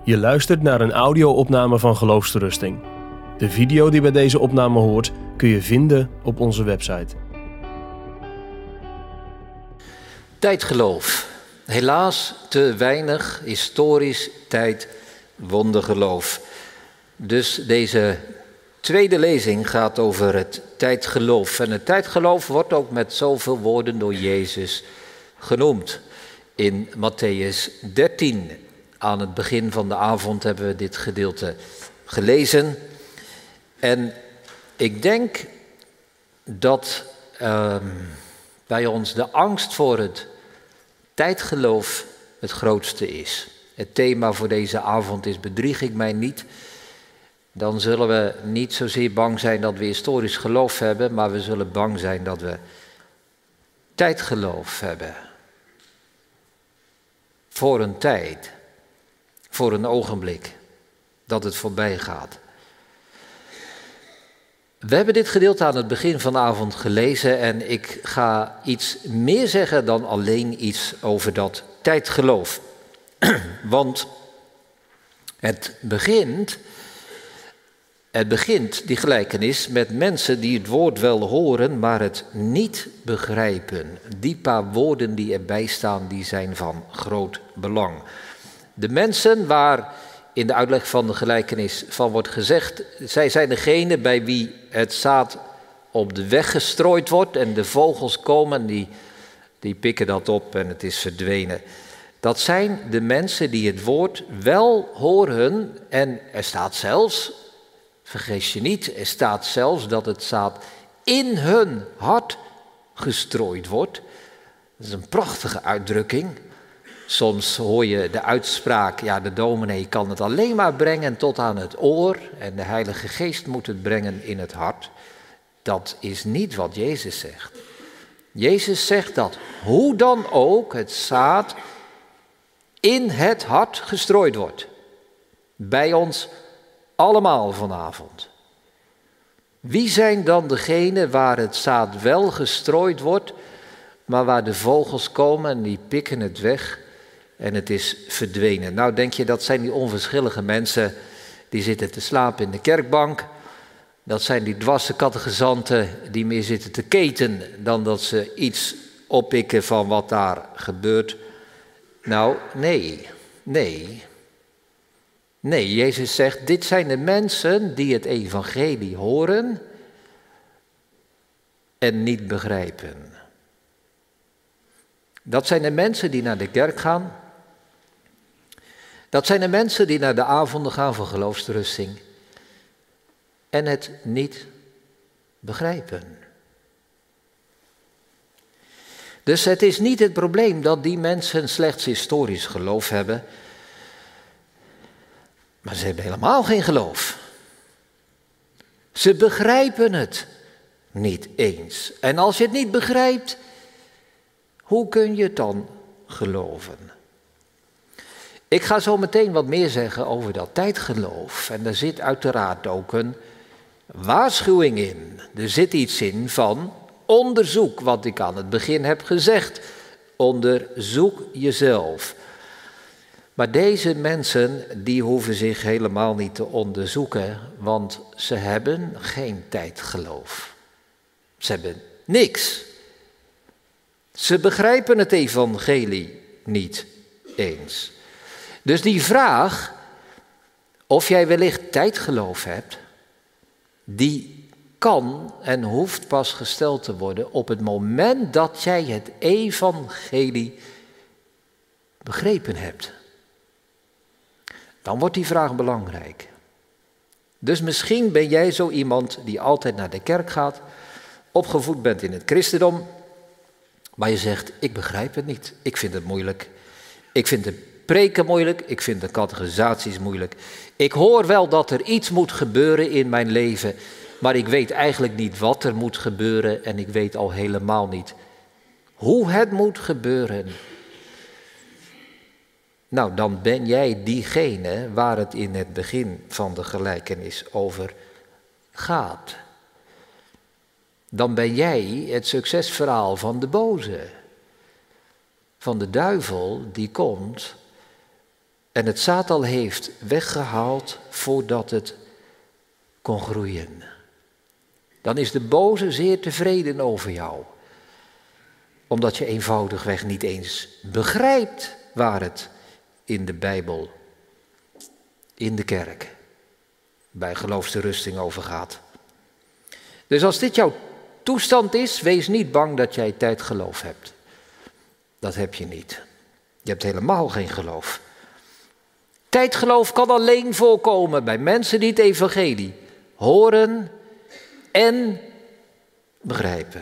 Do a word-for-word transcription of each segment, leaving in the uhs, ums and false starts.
Je luistert naar een audio-opname van Geloofsterusting. De video die bij deze opname hoort kun je vinden op onze website. Tijdgeloof. Helaas te weinig historisch tijd wondergeloof. Dus deze tweede lezing gaat over het tijdgeloof. En het tijdgeloof wordt ook met zoveel woorden door Jezus genoemd. In Mattheüs dertien, aan het begin van de avond, hebben we dit gedeelte gelezen. En ik denk dat uh, bij ons de angst voor het tijdgeloof het grootste is. Het thema voor deze avond is: bedrieg ik mij niet. Dan zullen we niet zozeer bang zijn dat we historisch geloof hebben, maar we zullen bang zijn dat we tijdgeloof hebben. Voor een tijd, voor een ogenblik, dat het voorbij gaat. We hebben dit gedeelte aan het begin van de avond gelezen en ik ga iets meer zeggen dan alleen iets over dat tijdgeloof. Want het begint, het begint, die gelijkenis, met mensen die het woord wel horen, maar het niet begrijpen. Die paar woorden die erbij staan, die zijn van groot belang. De mensen waar in de uitleg van de gelijkenis van wordt gezegd, zij zijn degene bij wie het zaad op de weg gestrooid wordt en de vogels komen en die, die pikken dat op en het is verdwenen. Dat zijn de mensen die het woord wel horen en er staat zelfs, vergis je niet, er staat zelfs dat het zaad in hun hart gestrooid wordt. Dat is een prachtige uitdrukking. Soms hoor je de uitspraak, ja, de dominee kan het alleen maar brengen tot aan het oor en de Heilige Geest moet het brengen in het hart. Dat is niet wat Jezus zegt. Jezus zegt dat hoe dan ook het zaad in het hart gestrooid wordt. Bij ons allemaal vanavond. Wie zijn dan degenen waar het zaad wel gestrooid wordt, maar waar de vogels komen en die pikken het weg en het is verdwenen? Nou, denk je, dat zijn die onverschillige mensen die zitten te slapen in de kerkbank. Dat zijn die dwarse catechizanten die meer zitten te keten dan dat ze iets oppikken van wat daar gebeurt. Nou, nee, nee. Nee, Jezus zegt, dit zijn de mensen die het evangelie horen en niet begrijpen. Dat zijn de mensen die naar de kerk gaan. Dat zijn de mensen die naar de avonden gaan van geloofsterusting en het niet begrijpen. Dus het is niet het probleem dat die mensen slechts historisch geloof hebben, maar ze hebben helemaal geen geloof. Ze begrijpen het niet eens. En als je het niet begrijpt, hoe kun je het dan geloven? Ik ga zo meteen wat meer zeggen over dat tijdgeloof. En daar zit uiteraard ook een waarschuwing in. Er zit iets in van onderzoek, wat ik aan het begin heb gezegd. Onderzoek jezelf. Maar deze mensen, die hoeven zich helemaal niet te onderzoeken, want ze hebben geen tijdgeloof. Ze hebben niks. Ze begrijpen het evangelie niet eens. Dus die vraag, of jij wellicht tijdgeloof hebt, die kan en hoeft pas gesteld te worden op het moment dat jij het evangelie begrepen hebt. Dan wordt die vraag belangrijk. Dus misschien ben jij zo iemand die altijd naar de kerk gaat, opgevoed bent in het christendom, maar je zegt, ik begrijp het niet, ik vind het moeilijk. Ik vind de preken moeilijk, ik vind de catechisaties moeilijk. Ik hoor wel dat er iets moet gebeuren in mijn leven, maar ik weet eigenlijk niet wat er moet gebeuren en ik weet al helemaal niet hoe het moet gebeuren. Nou, dan ben jij diegene waar het in het begin van de gelijkenis over gaat. Dan ben jij het succesverhaal van de boze. Van de duivel die komt en het zaad al heeft weggehaald voordat het kon groeien. Dan is de boze zeer tevreden over jou. Omdat je eenvoudigweg niet eens begrijpt waar het in de Bijbel, in de kerk, bij geloofsterusting over gaat. Dus als dit jouw toestand is, wees niet bang dat jij tijdgeloof hebt. Dat heb je niet. Je hebt helemaal geen geloof. Tijdgeloof kan alleen voorkomen bij mensen die het evangelie horen en begrijpen.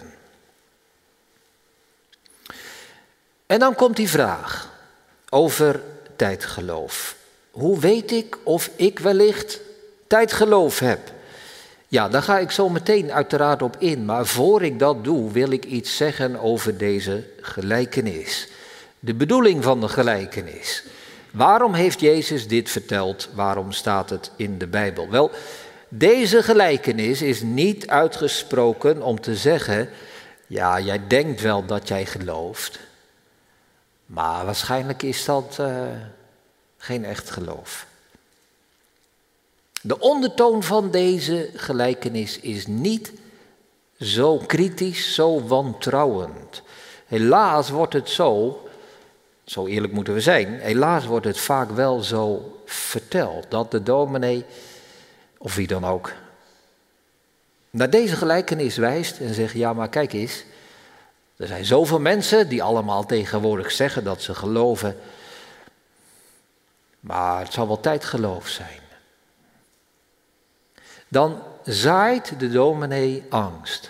En dan komt die vraag over tijdgeloof. Hoe weet ik of ik wellicht tijdgeloof heb? Ja, daar ga ik zo meteen uiteraard op in. Maar voor ik dat doe, wil ik iets zeggen over deze gelijkenis. De bedoeling van de gelijkenis. Waarom heeft Jezus dit verteld? Waarom staat het in de Bijbel? Wel, deze gelijkenis is niet uitgesproken om te zeggen, ja, jij denkt wel dat jij gelooft, maar waarschijnlijk is dat uh, geen echt geloof. De ondertoon van deze gelijkenis is niet zo kritisch, zo wantrouwend. Helaas wordt het zo, zo eerlijk moeten we zijn, helaas wordt het vaak wel zo verteld dat de dominee, of wie dan ook, naar deze gelijkenis wijst en zegt, ja maar kijk eens, er zijn zoveel mensen die allemaal tegenwoordig zeggen dat ze geloven, maar het zal wel tijdgeloof zijn. Dan zaait de dominee angst.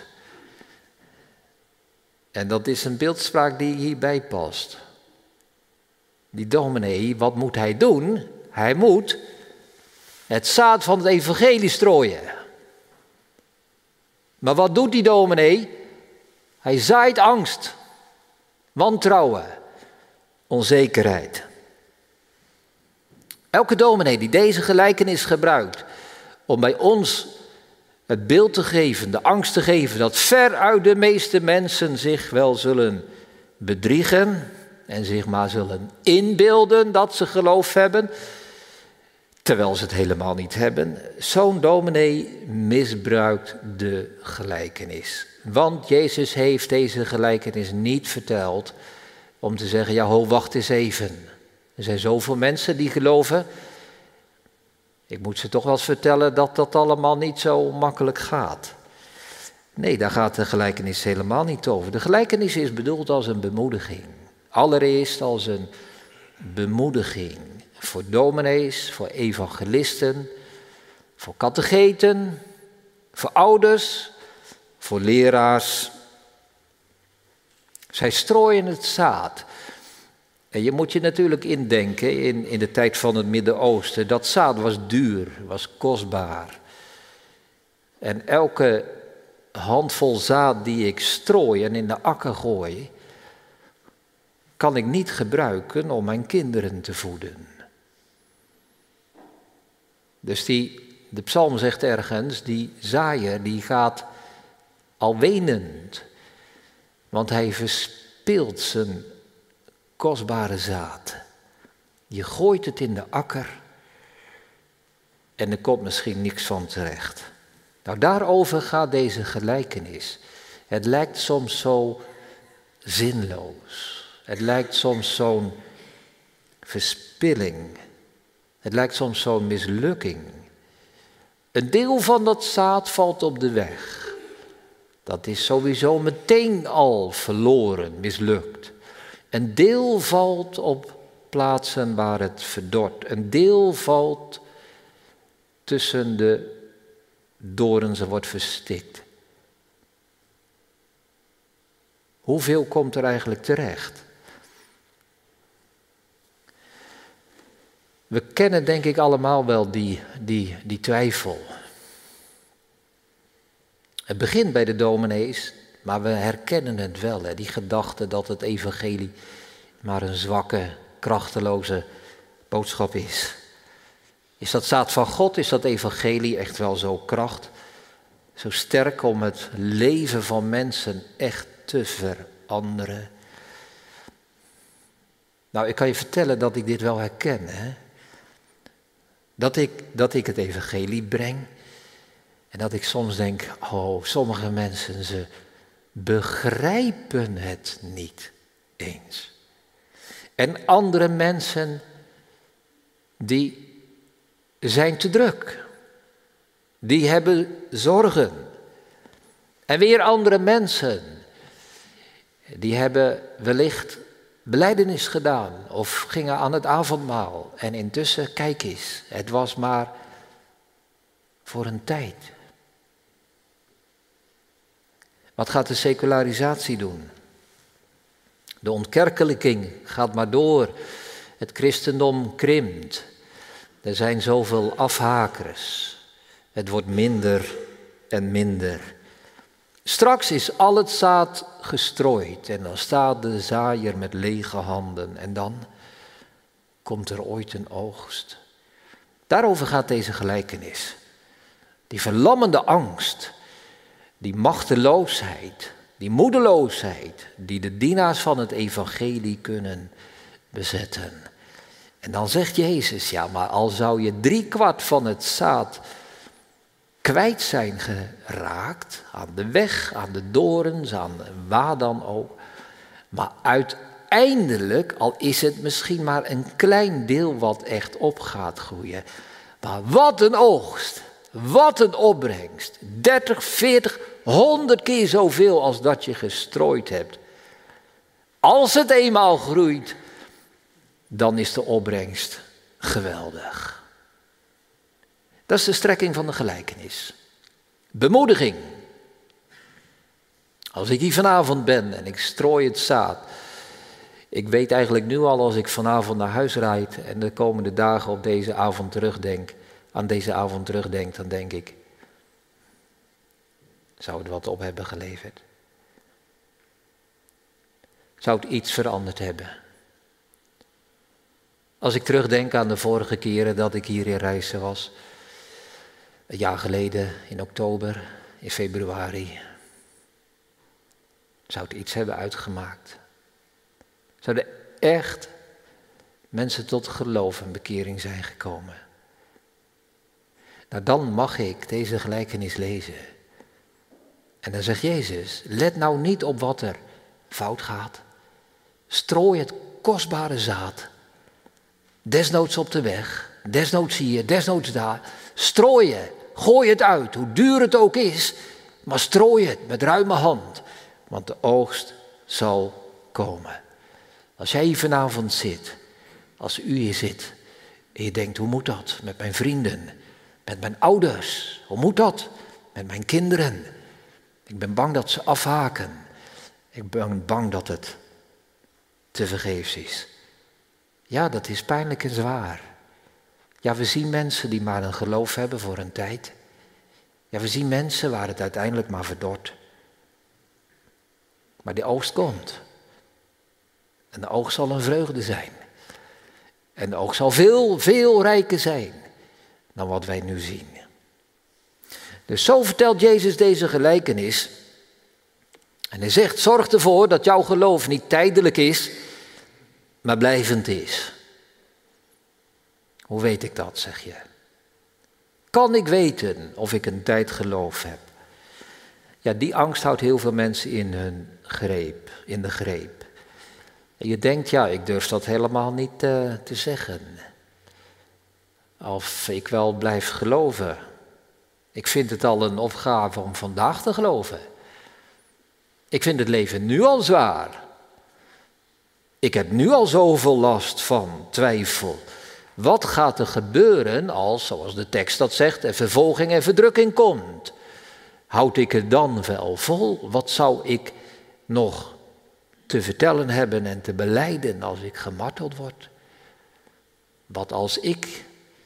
En dat is een beeldspraak die hierbij past. Die dominee, wat moet hij doen? Hij moet het zaad van het evangelie strooien. Maar wat doet die dominee? Hij zaait angst, wantrouwen, onzekerheid. Elke dominee die deze gelijkenis gebruikt om bij ons het beeld te geven, de angst te geven dat veruit de meeste mensen zich wel zullen bedriegen en zich maar zullen inbeelden dat ze geloof hebben, terwijl ze het helemaal niet hebben. Zo'n dominee misbruikt de gelijkenis. Want Jezus heeft deze gelijkenis niet verteld om te zeggen, ja ho, wacht eens even. Er zijn zoveel mensen die geloven. Ik moet ze toch wel eens vertellen dat dat allemaal niet zo makkelijk gaat. Nee, daar gaat de gelijkenis helemaal niet over. De gelijkenis is bedoeld als een bemoediging. Allereerst als een bemoediging voor dominees, voor evangelisten, voor katecheten, voor ouders, voor leraars. Zij strooien het zaad. En je moet je natuurlijk indenken, in, in de tijd van het Midden-Oosten, dat zaad was duur, was kostbaar. En elke handvol zaad die ik strooi en in de akker gooi, kan ik niet gebruiken om mijn kinderen te voeden. Dus die, de psalm zegt ergens, die zaaier die gaat al wenend, want hij verspilt zijn kostbare zaad. Je gooit het in de akker en er komt misschien niks van terecht. Nou, daarover gaat deze gelijkenis. Het lijkt soms zo zinloos. Het lijkt soms zo'n verspilling. Het lijkt soms zo'n mislukking. Een deel van dat zaad valt op de weg. Dat is sowieso meteen al verloren, mislukt. Een deel valt op plaatsen waar het verdort. Een deel valt tussen de dorens en wordt verstikt. Hoeveel komt er eigenlijk terecht? We kennen denk ik allemaal wel die, die, die twijfel. Het begint bij de dominees, maar we herkennen het wel. Hè? Die gedachte dat het evangelie maar een zwakke, krachteloze boodschap is. Is dat zaad van God? Is dat evangelie echt wel zo kracht? Zo sterk om het leven van mensen echt te veranderen? Nou, ik kan je vertellen dat ik dit wel herken. Hè? Dat ik, dat ik het evangelie breng. En dat ik soms denk, oh, sommige mensen, ze begrijpen het niet eens. En andere mensen, die zijn te druk. Die hebben zorgen. En weer andere mensen, die hebben wellicht belijdenis gedaan of gingen aan het avondmaal. En intussen, kijk eens, het was maar voor een tijd. Wat gaat de secularisatie doen? De ontkerkelijking gaat maar door. Het christendom krimpt. Er zijn zoveel afhakers. Het wordt minder en minder. Straks is al het zaad gestrooid en dan staat de zaaier met lege handen. En dan komt er ooit een oogst. Daarover gaat deze gelijkenis. Die verlammende angst, die machteloosheid, die moedeloosheid, die de dienaars van het evangelie kunnen bezetten. En dan zegt Jezus, ja, maar al zou je driekwart van het zaad kwijt zijn geraakt, aan de weg, aan de dorens, aan waar dan ook. Maar uiteindelijk, al is het misschien maar een klein deel wat echt op gaat groeien. Maar wat een oogst, wat een opbrengst. dertig, veertig, honderd keer zoveel als dat je gestrooid hebt. Als het eenmaal groeit, dan is de opbrengst geweldig. Dat is de strekking van de gelijkenis. Bemoediging. Als ik hier vanavond ben en ik strooi het zaad. Ik weet eigenlijk nu al als ik vanavond naar huis rijd en de komende dagen op deze avond terugdenk, aan deze avond terugdenk, dan denk ik, zou het wat op hebben geleverd? Zou het iets veranderd hebben? Als ik terugdenk aan de vorige keren dat ik hier in Rijssen was, een jaar geleden, in oktober, in februari. Zou het iets hebben uitgemaakt? Zouden echt mensen tot geloof en bekering zijn gekomen? Nou, dan mag ik deze gelijkenis lezen. En dan zegt Jezus, let nou niet op wat er fout gaat. Strooi het kostbare zaad. Desnoods op de weg, desnoods hier, desnoods daar. Strooi je, gooi het uit, hoe duur het ook is, maar strooi het met ruime hand, want de oogst zal komen. Als jij hier vanavond zit, als u hier zit, en je denkt, hoe moet dat met mijn vrienden, met mijn ouders, hoe moet dat met mijn kinderen? Ik ben bang dat ze afhaken, ik ben bang dat het tevergeefs is. Ja, dat is pijnlijk en zwaar. Ja, we zien mensen die maar een geloof hebben voor een tijd. Ja, we zien mensen waar het uiteindelijk maar verdort. Maar de oogst komt. En de oogst zal een vreugde zijn. En de oogst zal veel, veel rijker zijn dan wat wij nu zien. Dus zo vertelt Jezus deze gelijkenis. En hij zegt, zorg ervoor dat jouw geloof niet tijdelijk is, maar blijvend is. Hoe weet ik dat, zeg je? Kan ik weten of ik een tijd geloof heb? Ja, die angst houdt heel veel mensen in hun greep, in de greep. En je denkt, ja, ik durf dat helemaal niet uh, te zeggen. Of ik wel blijf geloven. Ik vind het al een opgave om vandaag te geloven. Ik vind het leven nu al zwaar. Ik heb nu al zoveel last van twijfel. Wat gaat er gebeuren als, zoals de tekst dat zegt, er vervolging en verdrukking komt? Houd ik het dan wel vol? Wat zou ik nog te vertellen hebben en te belijden als ik gemarteld word? Wat als ik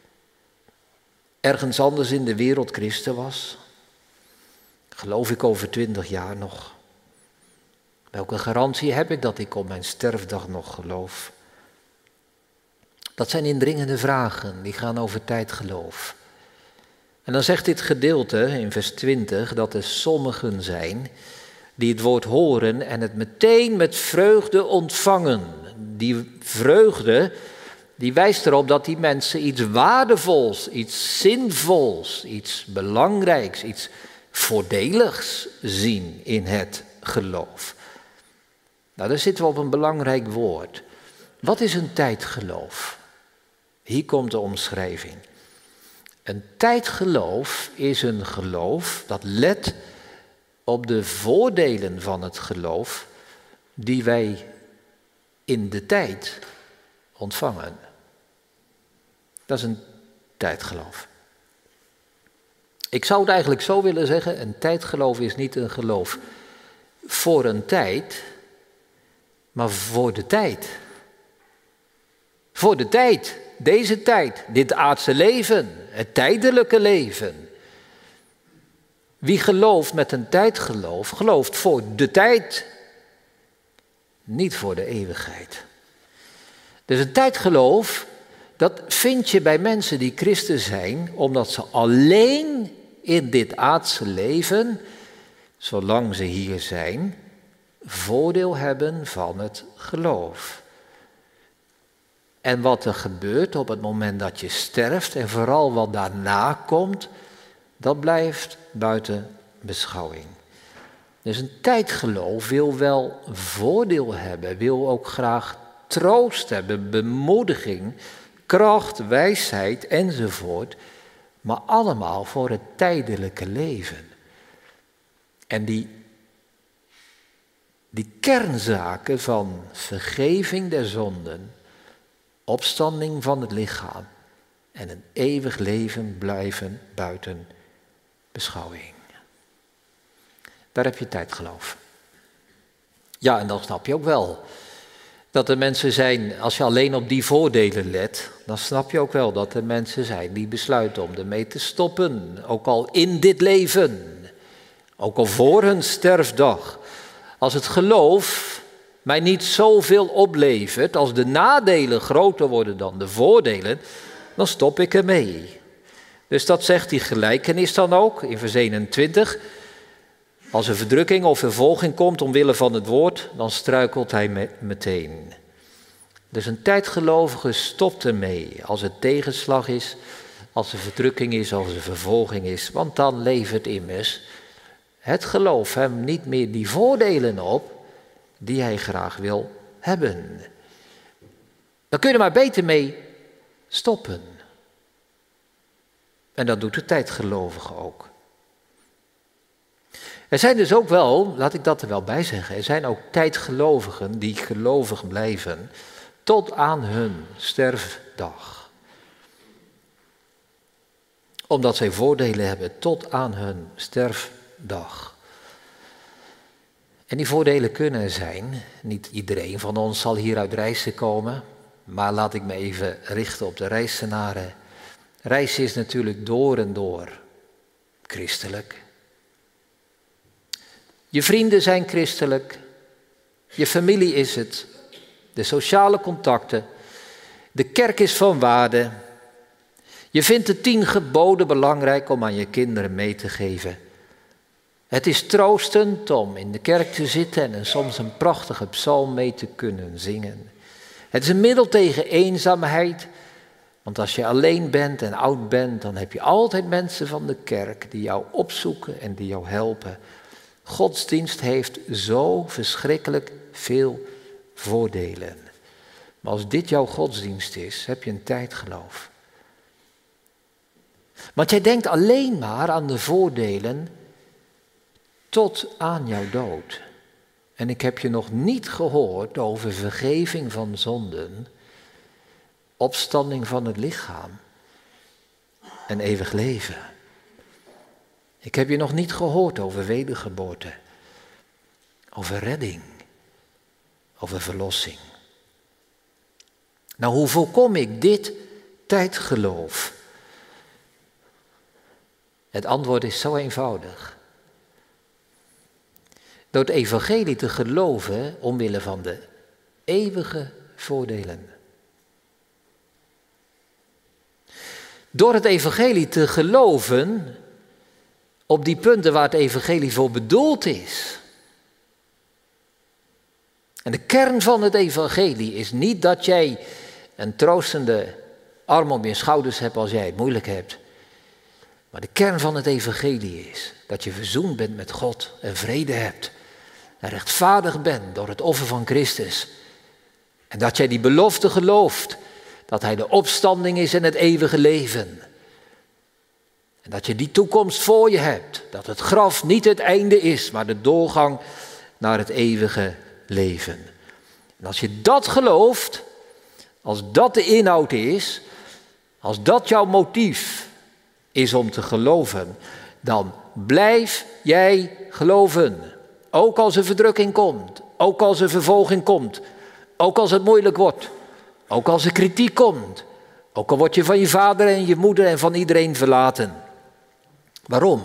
ergens anders in de wereld christen was? Geloof ik over twintig jaar nog? Welke garantie heb ik dat ik op mijn sterfdag nog geloof? Dat zijn indringende vragen, die gaan over tijdgeloof. En dan zegt dit gedeelte in vers twintig dat er sommigen zijn die het woord horen en het meteen met vreugde ontvangen. Die vreugde, die wijst erop dat die mensen iets waardevols, iets zinvols, iets belangrijks, iets voordeligs zien in het geloof. Nou, daar zitten we op een belangrijk woord. Wat is een tijdgeloof? Hier komt de omschrijving. Een tijdgeloof is een geloof dat let op de voordelen van het geloof die wij in de tijd ontvangen. Dat is een tijdgeloof. Ik zou het eigenlijk zo willen zeggen, een tijdgeloof is niet een geloof voor een tijd, maar voor de tijd. Voor de tijd, deze tijd, dit aardse leven, het tijdelijke leven. Wie gelooft met een tijdgeloof, gelooft voor de tijd, niet voor de eeuwigheid. Dus een tijdgeloof, dat vind je bij mensen die christen zijn, omdat ze alleen in dit aardse leven, zolang ze hier zijn, voordeel hebben van het geloof. En wat er gebeurt op het moment dat je sterft en vooral wat daarna komt, dat blijft buiten beschouwing. Dus een tijdgeloof wil wel voordeel hebben, wil ook graag troost hebben, bemoediging, kracht, wijsheid enzovoort, maar allemaal voor het tijdelijke leven. En die, die kernzaken van vergeving der zonden, opstanding van het lichaam en een eeuwig leven blijven buiten beschouwing. Daar heb je tijdgeloof. Ja, en dan snap je ook wel dat er mensen zijn, als je alleen op die voordelen let, dan snap je ook wel dat er mensen zijn die besluiten om ermee te stoppen. Ook al in dit leven, ook al voor hun sterfdag. Als het geloof mij niet zoveel oplevert, als de nadelen groter worden dan de voordelen, dan stop ik ermee. Dus dat zegt die gelijkenis dan ook in vers eenentwintig. Als er verdrukking of vervolging komt omwille van het woord, dan struikelt hij me- meteen. Dus een tijdgelovige stopt ermee als het tegenslag is, als er verdrukking is, als er vervolging is. Want dan levert immers het geloof hem niet meer die voordelen op die hij graag wil hebben. Dan kun je er maar beter mee stoppen. En dat doet de tijdgelovige ook. Er zijn dus ook wel, laat ik dat er wel bij zeggen, er zijn ook tijdgelovigen die gelovig blijven tot aan hun sterfdag. Omdat zij voordelen hebben tot aan hun sterfdag. En die voordelen kunnen er zijn, niet iedereen van ons zal hier uit Rijssen komen, maar laat ik me even richten op de Rijssenaren. Rijssen is natuurlijk door en door christelijk. Je vrienden zijn christelijk, je familie is het, de sociale contacten, de kerk is van waarde. Je vindt de tien geboden belangrijk om aan je kinderen mee te geven. Het is troostend om in de kerk te zitten en soms een prachtige psalm mee te kunnen zingen. Het is een middel tegen eenzaamheid, want als je alleen bent en oud bent, dan heb je altijd mensen van de kerk die jou opzoeken en die jou helpen. Godsdienst heeft zo verschrikkelijk veel voordelen. Maar als dit jouw godsdienst is, heb je een tijdgeloof. Want jij denkt alleen maar aan de voordelen tot aan jouw dood. En ik heb je nog niet gehoord over vergeving van zonden, opstanding van het lichaam en eeuwig leven. Ik heb je nog niet gehoord over wedergeboorte, over redding, over verlossing. Nou, hoe voorkom ik dit tijdgeloof? Het antwoord is zo eenvoudig. Door het evangelie te geloven omwille van de eeuwige voordelen. Door het evangelie te geloven op die punten waar het evangelie voor bedoeld is. En de kern van het evangelie is niet dat jij een troostende arm om je schouders hebt als jij het moeilijk hebt. Maar de kern van het evangelie is dat je verzoend bent met God en vrede hebt. En rechtvaardig bent door het offer van Christus. En dat jij die belofte gelooft, dat hij de opstanding is en het eeuwige leven. En dat je die toekomst voor je hebt. Dat het graf niet het einde is, maar de doorgang naar het eeuwige leven. En als je dat gelooft, als dat de inhoud is, als dat jouw motief is om te geloven, dan blijf jij geloven. Ook als er verdrukking komt, ook als er vervolging komt, ook als het moeilijk wordt, ook als er kritiek komt, ook al word je van je vader en je moeder en van iedereen verlaten. Waarom?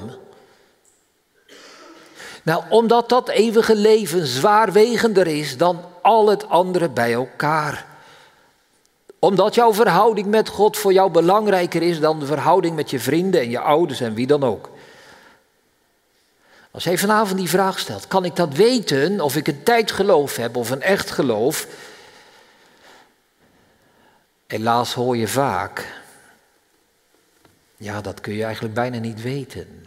Nou, omdat dat eeuwige leven zwaarwegender is dan al het andere bij elkaar. Omdat jouw verhouding met God voor jou belangrijker is dan de verhouding met je vrienden en je ouders en wie dan ook. Als jij vanavond die vraag stelt, kan ik dat weten of ik een tijdgeloof heb of een echt geloof? Helaas hoor je vaak, ja, dat kun je eigenlijk bijna niet weten.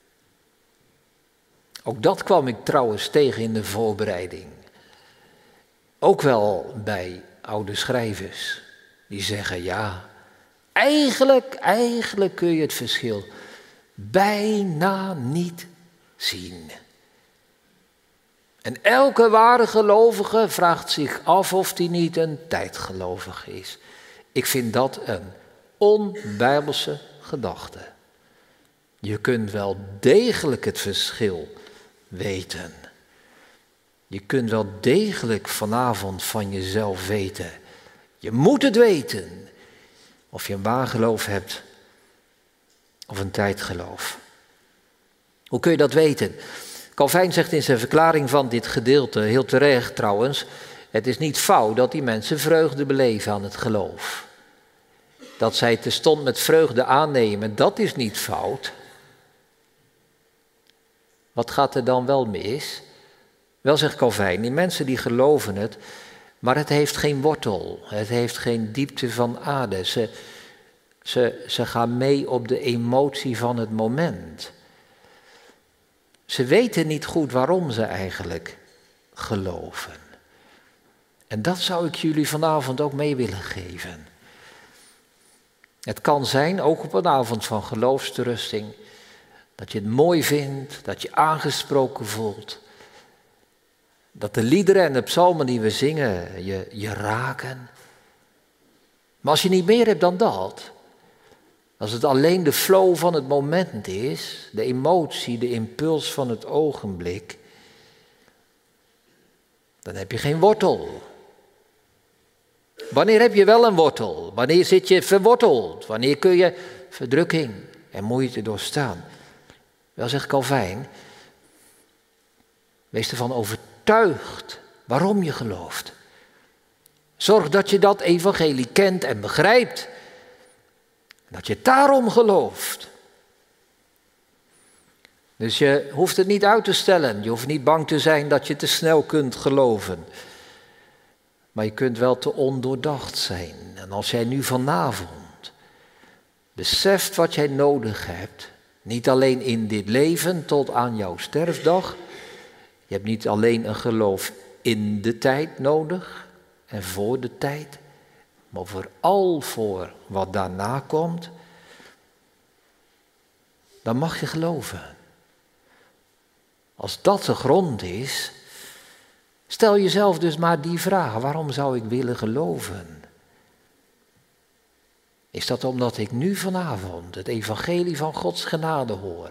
Ook dat kwam ik trouwens tegen in de voorbereiding. Ook wel bij oude schrijvers. Die zeggen, ja, eigenlijk, eigenlijk kun je het verschil bijna niet zien. En elke ware gelovige vraagt zich af of hij niet een tijdgelovige is. Ik vind dat een onbijbelse gedachte. Je kunt wel degelijk het verschil weten. Je kunt wel degelijk vanavond van jezelf weten. Je moet het weten. Of je een waargeloof hebt of een tijdgeloof. Hoe kun je dat weten? Calvijn zegt in zijn verklaring van dit gedeelte, heel terecht trouwens, het is niet fout dat die mensen vreugde beleven aan het geloof. Dat zij terstond met vreugde aannemen, dat is niet fout. Wat gaat er dan wel mis? Wel, zegt Calvijn, die mensen die geloven het, maar het heeft geen wortel, het heeft geen diepte van aarde. Ze, ze, ze gaan mee op de emotie van het moment. Ze weten niet goed waarom ze eigenlijk geloven. En dat zou ik jullie vanavond ook mee willen geven. Het kan zijn, ook op een avond van geloofsterusting, dat je het mooi vindt, dat je aangesproken voelt. Dat de liederen en de psalmen die we zingen je, je raken. Maar als je niet meer hebt dan dat, als het alleen de flow van het moment is, de emotie, de impuls van het ogenblik, dan heb je geen wortel. Wanneer heb je wel een wortel? Wanneer zit je verworteld? Wanneer kun je verdrukking en moeite doorstaan? Wel, zegt Calvijn, wees ervan overtuigd waarom je gelooft. Zorg dat je dat evangelie kent en begrijpt. Dat je daarom gelooft. Dus je hoeft het niet uit te stellen. Je hoeft niet bang te zijn dat je te snel kunt geloven. Maar je kunt wel te ondoordacht zijn. En als jij nu vanavond beseft wat jij nodig hebt, niet alleen in dit leven tot aan jouw sterfdag. Je hebt niet alleen een geloof in de tijd nodig en voor de tijd, maar vooral voor wat daarna komt. Dan mag je geloven. Als dat de grond is, stel jezelf dus maar die vraag, waarom zou ik willen geloven? Is dat omdat ik nu vanavond het evangelie van Gods genade hoor?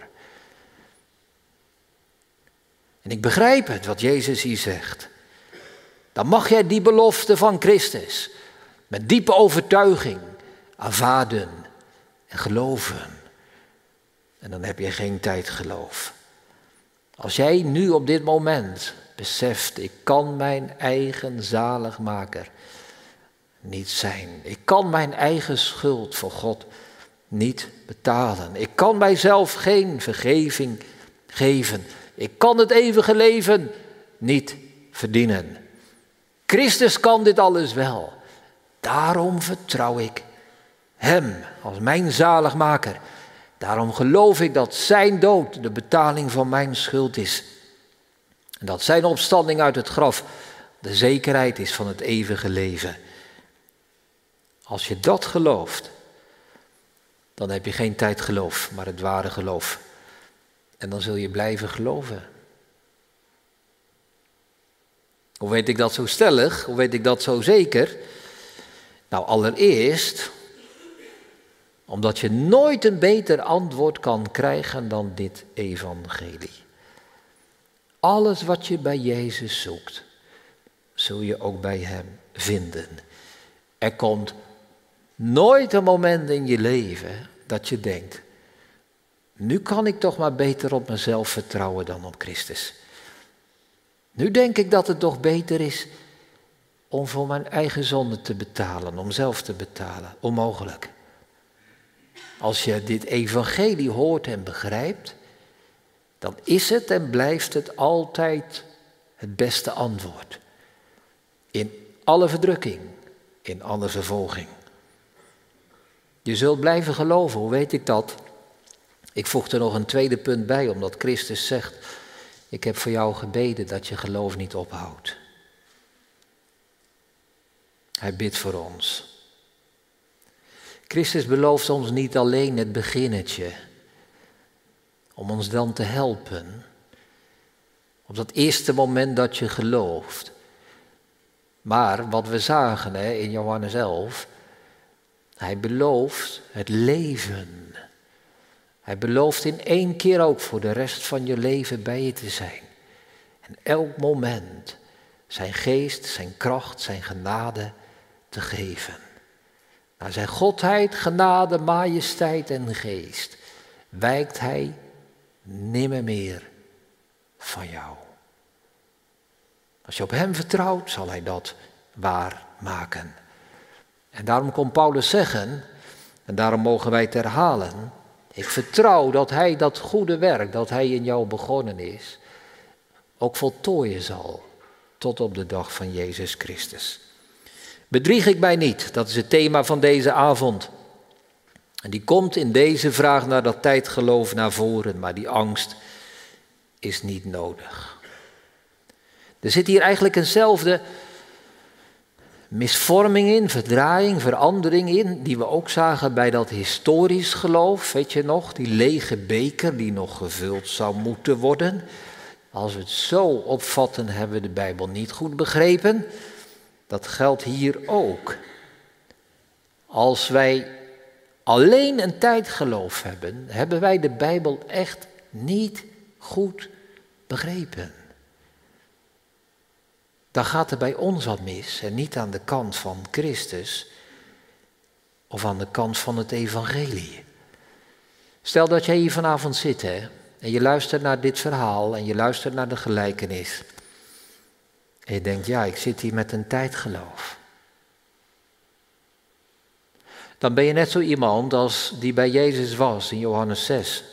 En ik begrijp het, wat Jezus hier zegt. Dan mag jij die belofte van Christus met diepe overtuiging aanvaarden en geloven. En dan heb je geen tijdgeloof. Als jij nu op dit moment beseft, ik kan mijn eigen zaligmaker niet zijn. Ik kan mijn eigen schuld voor God niet betalen. Ik kan mijzelf geen vergeving geven. Ik kan het eeuwige leven niet verdienen. Christus kan dit alles wel. Daarom vertrouw ik hem als mijn zaligmaker. Daarom geloof ik dat zijn dood de betaling van mijn schuld is. En dat zijn opstanding uit het graf de zekerheid is van het eeuwige leven. Als je dat gelooft, dan heb je geen tijdgeloof, maar het ware geloof. En dan zul je blijven geloven. Hoe weet ik dat zo stellig? Hoe weet ik dat zo zeker? Nou, allereerst, omdat je nooit een beter antwoord kan krijgen dan dit evangelie. Alles wat je bij Jezus zoekt, zul je ook bij hem vinden. Er komt nooit een moment in je leven dat je denkt, nu kan ik toch maar beter op mezelf vertrouwen dan op Christus. Nu denk ik dat het toch beter is om voor mijn eigen zonde te betalen, om zelf te betalen. Onmogelijk. Als je dit evangelie hoort en begrijpt, dan is het en blijft het altijd het beste antwoord. In alle verdrukking, in alle vervolging. Je zult blijven geloven, hoe weet ik dat? Ik voeg er nog een tweede punt bij, omdat Christus zegt, ik heb voor jou gebeden dat je geloof niet ophoudt. Hij bidt voor ons. Christus belooft ons niet alleen het beginnetje, om ons dan te helpen, op dat eerste moment dat je gelooft. Maar wat we zagen hè, in Johannes elf, hij belooft het leven. Hij belooft in één keer ook voor de rest van je leven bij je te zijn. En elk moment zijn geest, zijn kracht, zijn genade te geven. Naar zijn godheid, genade, majesteit en geest wijkt hij nimmer meer van jou. Als je op hem vertrouwt, zal hij dat waar maken. En daarom kon Paulus zeggen, en daarom mogen wij het herhalen, ik vertrouw dat hij dat goede werk dat hij in jou begonnen is, ook voltooien zal tot op de dag van Jezus Christus. Bedrieg ik mij niet, dat is het thema van deze avond. En die komt in deze vraag naar dat tijdgeloof naar voren, maar die angst is niet nodig. Er zit hier eigenlijk eenzelfde misvorming in, verdraaiing, verandering in, die we ook zagen bij dat historisch geloof, weet je nog, die lege beker die nog gevuld zou moeten worden. Als we het zo opvatten, hebben we de Bijbel niet goed begrepen. Dat geldt hier ook. Als wij alleen een tijdgeloof hebben, hebben wij de Bijbel echt niet goed begrepen. Dan gaat er bij ons wat mis en niet aan de kant van Christus of aan de kant van het evangelie. Stel dat jij hier vanavond zit hè, en je luistert naar dit verhaal en je luistert naar de gelijkenis. En je denkt, ja, ik zit hier met een tijdgeloof. Dan ben je net zo iemand als die bij Jezus was in Johannes zes.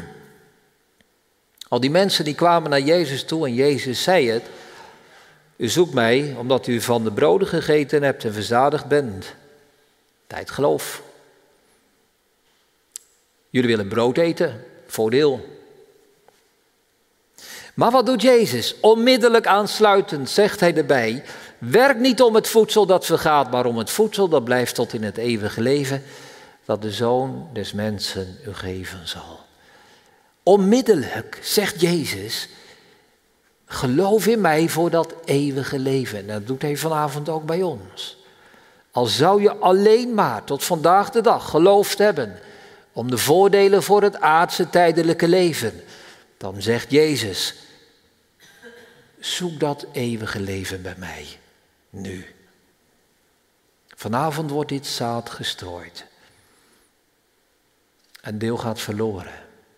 Al die mensen die kwamen naar Jezus toe en Jezus zei het. U zoekt mij omdat u van de broden gegeten hebt en verzadigd bent. Tijdgeloof. Jullie willen brood eten, voordeel. Maar wat doet Jezus? Onmiddellijk aansluitend zegt hij erbij, werk niet om het voedsel dat vergaat, maar om het voedsel dat blijft tot in het eeuwige leven, dat de Zoon des mensen u geven zal. Onmiddellijk zegt Jezus, geloof in mij voor dat eeuwige leven. En dat doet hij vanavond ook bij ons. Al zou je alleen maar tot vandaag de dag geloofd hebben om de voordelen voor het aardse tijdelijke leven, dan zegt Jezus, zoek dat eeuwige leven bij mij, nu. Vanavond wordt dit zaad gestrooid. Een deel gaat verloren.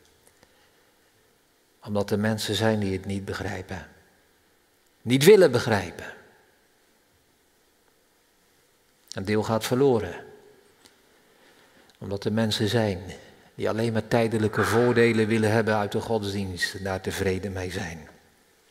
Omdat er mensen zijn die het niet begrijpen. Niet willen begrijpen. Een deel gaat verloren. Omdat er mensen zijn die alleen maar tijdelijke voordelen willen hebben uit de godsdienst en daar tevreden mee zijn.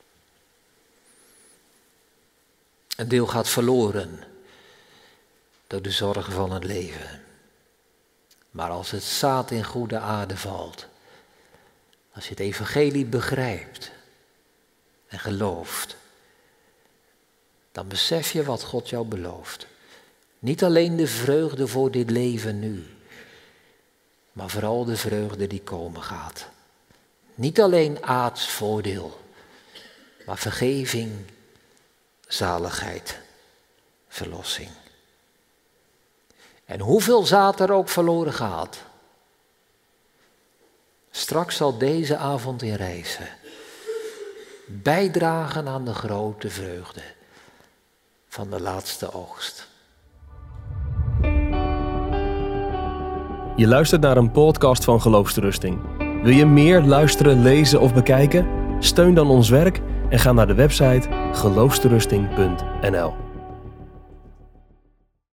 Een deel gaat verloren door de zorgen van het leven. Maar als het zaad in goede aarde valt, als je het evangelie begrijpt en gelooft, dan besef je wat God jou belooft. Niet alleen de vreugde voor dit leven nu, maar vooral de vreugde die komen gaat. Niet alleen aards voordeel, maar vergeving, zaligheid, verlossing. En hoeveel zaad er ook verloren gaat, straks zal deze avond in reizen bijdragen aan de grote vreugde van de laatste oogst. Je luistert naar een podcast van Geloofsterusting. Wil je meer luisteren, lezen of bekijken? Steun dan ons werk en ga naar de website geloofsterusting punt n l.